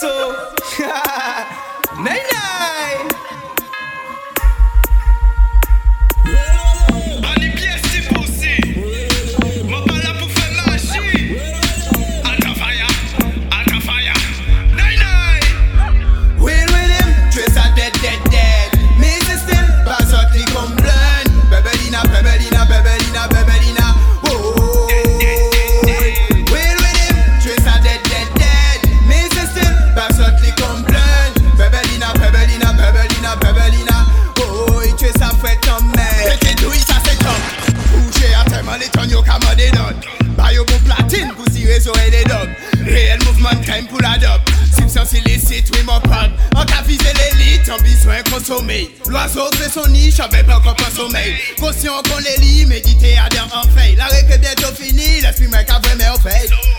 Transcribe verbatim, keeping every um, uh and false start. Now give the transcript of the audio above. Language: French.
so. Nay nay. Réel mouvement de crème pour la dope. Substance illicite, oui mon pote. On t'a visé l'élite, en besoin consommé. L'oiseau fait son nid, j'avais pas encore pas sommeil. Conscient qu'on les lit, méditer à dire en fait. La récré bientôt fini, l'esprit m'a qu'à vraiment au fait.